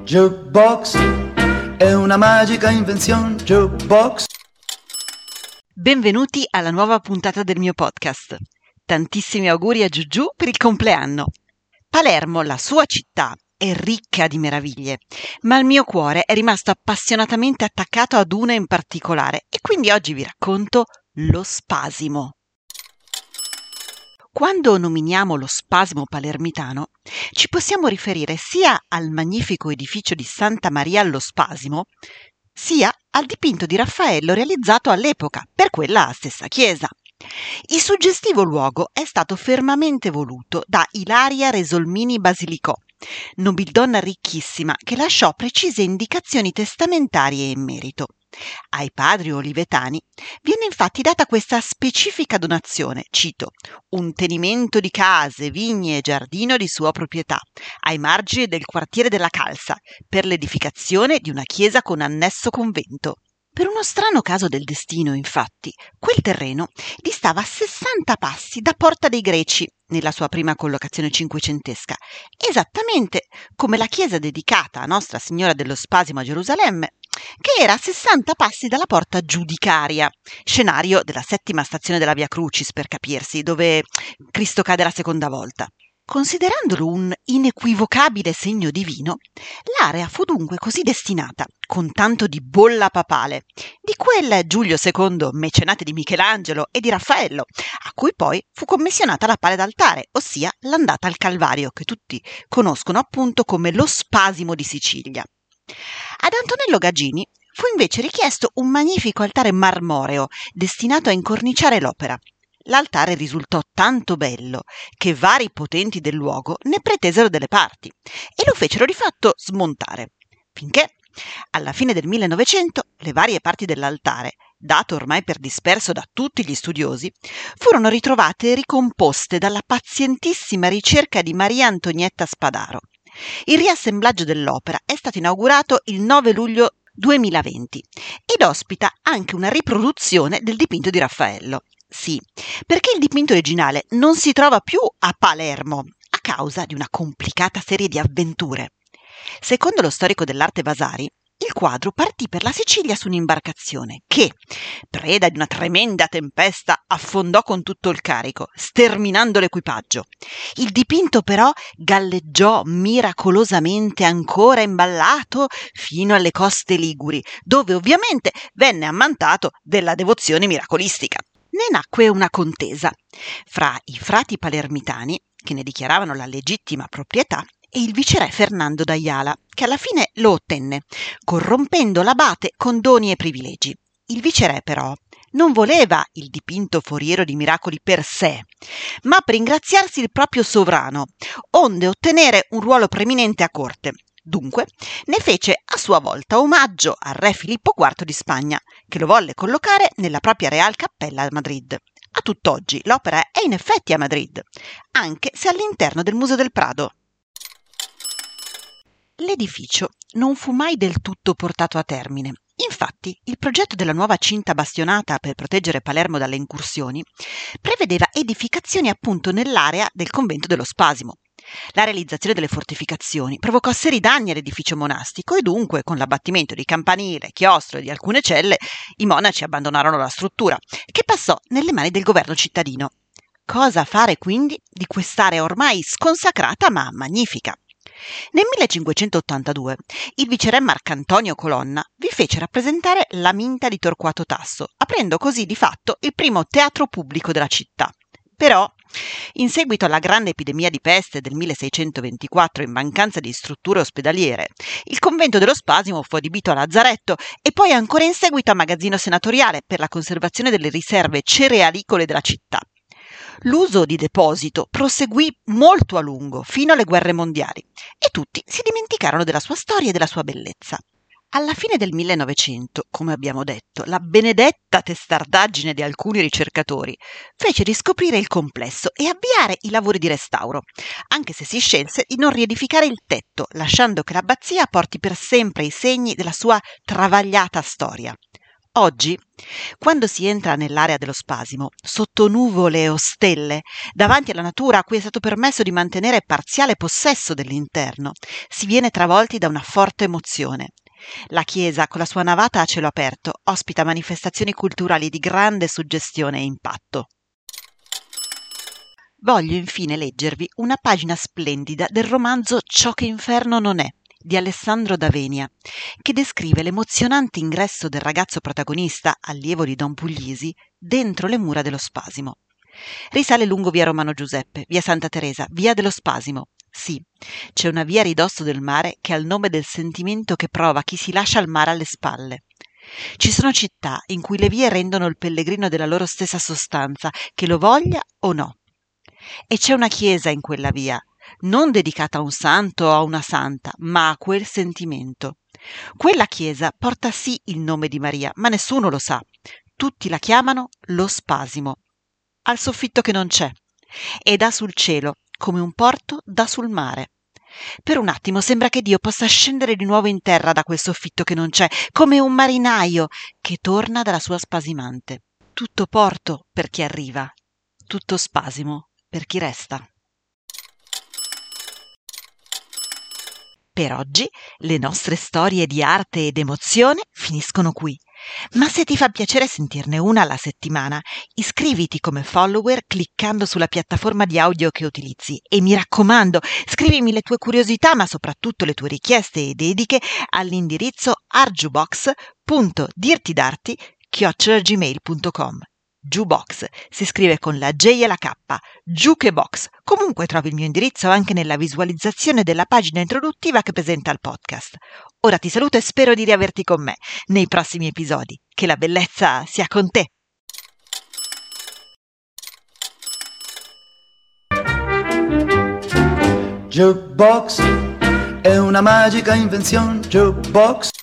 Jukebox è una magica invenzione. Jukebox. Benvenuti alla nuova puntata del mio podcast. Tantissimi auguri a Giugiù per il compleanno. Palermo, la sua città, è ricca di meraviglie, ma il mio cuore è rimasto appassionatamente attaccato ad una in particolare e quindi oggi vi racconto lo Spasimo. Quando nominiamo lo Spasimo palermitano, ci possiamo riferire sia al magnifico edificio di Santa Maria allo Spasimo, sia al dipinto di Raffaello realizzato all'epoca per quella stessa chiesa. Il suggestivo luogo è stato fermamente voluto da Ilaria Resolmini Basilicò, nobildonna ricchissima che lasciò precise indicazioni testamentarie in merito. Ai padri olivetani viene infatti data questa specifica donazione, cito, un tenimento di case, vigne e giardino di sua proprietà, ai margini del quartiere della Calza, per l'edificazione di una chiesa con annesso convento. Per uno strano caso del destino, infatti, quel terreno distava 60 passi da Porta dei Greci, nella sua prima collocazione cinquecentesca, esattamente come la chiesa dedicata a Nostra Signora dello Spasimo a Gerusalemme, che era a 60 passi dalla Porta Giudicaria, scenario della settima stazione della Via Crucis, per capirsi, dove Cristo cade la seconda volta. Considerandolo un inequivocabile segno divino, l'area fu dunque così destinata, con tanto di bolla papale, di quel Giulio II, mecenate di Michelangelo e di Raffaello, a cui poi fu commissionata la pale d'altare, ossia l'andata al Calvario, che tutti conoscono appunto come lo Spasimo di Sicilia. Ad Antonello Gagini fu invece richiesto un magnifico altare marmoreo destinato a incorniciare l'opera. L'altare risultò tanto bello che vari potenti del luogo ne pretesero delle parti e lo fecero di fatto smontare, finché alla fine del 1900 le varie parti dell'altare, dato ormai per disperso da tutti gli studiosi, furono ritrovate e ricomposte dalla pazientissima ricerca di Maria Antonietta Spadaro. Il riassemblaggio dell'opera è stato inaugurato il 9 luglio 2020 ed ospita anche una riproduzione del dipinto di Raffaello. Sì, perché il dipinto originale non si trova più a Palermo a causa di una complicata serie di avventure. Secondo lo storico dell'arte Vasari, il quadro partì per la Sicilia su un'imbarcazione che, preda di una tremenda tempesta, affondò con tutto il carico, sterminando l'equipaggio. Il dipinto però galleggiò miracolosamente ancora imballato fino alle coste liguri, dove ovviamente venne ammantato della devozione miracolistica. Ne nacque una contesa fra i frati palermitani, che ne dichiaravano la legittima proprietà, e il viceré Fernando d'Ayala, che alla fine lo ottenne, corrompendo l'abate con doni e privilegi. Il viceré, però, non voleva il dipinto foriero di miracoli per sé, ma per ingraziarsi il proprio sovrano, onde ottenere un ruolo preminente a corte. Dunque, ne fece a sua volta omaggio al re Filippo IV di Spagna, che lo volle collocare nella propria Real Cappella a Madrid. A tutt'oggi l'opera è in effetti a Madrid, anche se all'interno del Museo del Prado. L'edificio non fu mai del tutto portato a termine. Infatti, il progetto della nuova cinta bastionata per proteggere Palermo dalle incursioni prevedeva edificazioni appunto nell'area del convento dello Spasimo. La realizzazione delle fortificazioni provocò seri danni all'edificio monastico e dunque, con l'abbattimento di campanile, chiostro e di alcune celle, i monaci abbandonarono la struttura, che passò nelle mani del governo cittadino. Cosa fare quindi di quest'area ormai sconsacrata ma magnifica? Nel 1582 il viceré Marcantonio Colonna vi fece rappresentare la Minta di Torquato Tasso, aprendo così di fatto il primo teatro pubblico della città. Però, in seguito alla grande epidemia di peste del 1624 in mancanza di strutture ospedaliere, il convento dello Spasimo fu adibito a lazzaretto e poi ancora in seguito a magazzino senatoriale per la conservazione delle riserve cerealicole della città. L'uso di deposito proseguì molto a lungo, fino alle guerre mondiali, e tutti si dimenticarono della sua storia e della sua bellezza. Alla fine del 1900, come abbiamo detto, la benedetta testardaggine di alcuni ricercatori fece riscoprire il complesso e avviare i lavori di restauro, anche se si scelse di non riedificare il tetto, lasciando che l'abbazia porti per sempre i segni della sua travagliata storia. Oggi, quando si entra nell'area dello spasimo, sotto nuvole o stelle, davanti alla natura a cui è stato permesso di mantenere parziale possesso dell'interno, si viene travolti da una forte emozione. La chiesa, con la sua navata a cielo aperto, ospita manifestazioni culturali di grande suggestione e impatto. Voglio infine leggervi una pagina splendida del romanzo Ciò che inferno non è, di Alessandro D'Avenia, che descrive l'emozionante ingresso del ragazzo protagonista, allievo di Don Puglisi, dentro le mura dello spasimo. Risale lungo via Romano Giuseppe, via Santa Teresa, via dello Spasimo. Sì, c'è una via a ridosso del mare che ha il nome del sentimento che prova chi si lascia il mare alle spalle. Ci sono città in cui le vie rendono il pellegrino della loro stessa sostanza, che lo voglia o no. E c'è una chiesa in quella via, non dedicata a un santo o a una santa, ma a quel sentimento. Quella chiesa porta sì il nome di Maria, ma nessuno lo sa. Tutti la chiamano lo Spasimo. Al soffitto che non c'è, e dà sul cielo, come un porto dà sul mare. Per un attimo sembra che Dio possa scendere di nuovo in terra da quel soffitto che non c'è, come un marinaio che torna dalla sua spasimante. Tutto porto per chi arriva, tutto spasimo per chi resta. Per oggi le nostre storie di arte ed emozione finiscono qui. Ma se ti fa piacere sentirne una alla settimana, iscriviti come follower cliccando sulla piattaforma di audio che utilizzi e mi raccomando, scrivimi le tue curiosità ma soprattutto le tue richieste e dediche all'indirizzo argiubox.dirtidarti@gmail.com. Jukebox si scrive con la J e la K, Jukebox. Comunque trovi il mio indirizzo anche nella visualizzazione della pagina introduttiva che presenta il podcast. Ora ti saluto e spero di riaverti con me nei prossimi episodi. Che la bellezza sia con te! Jukebox è una magica invenzione. Jukebox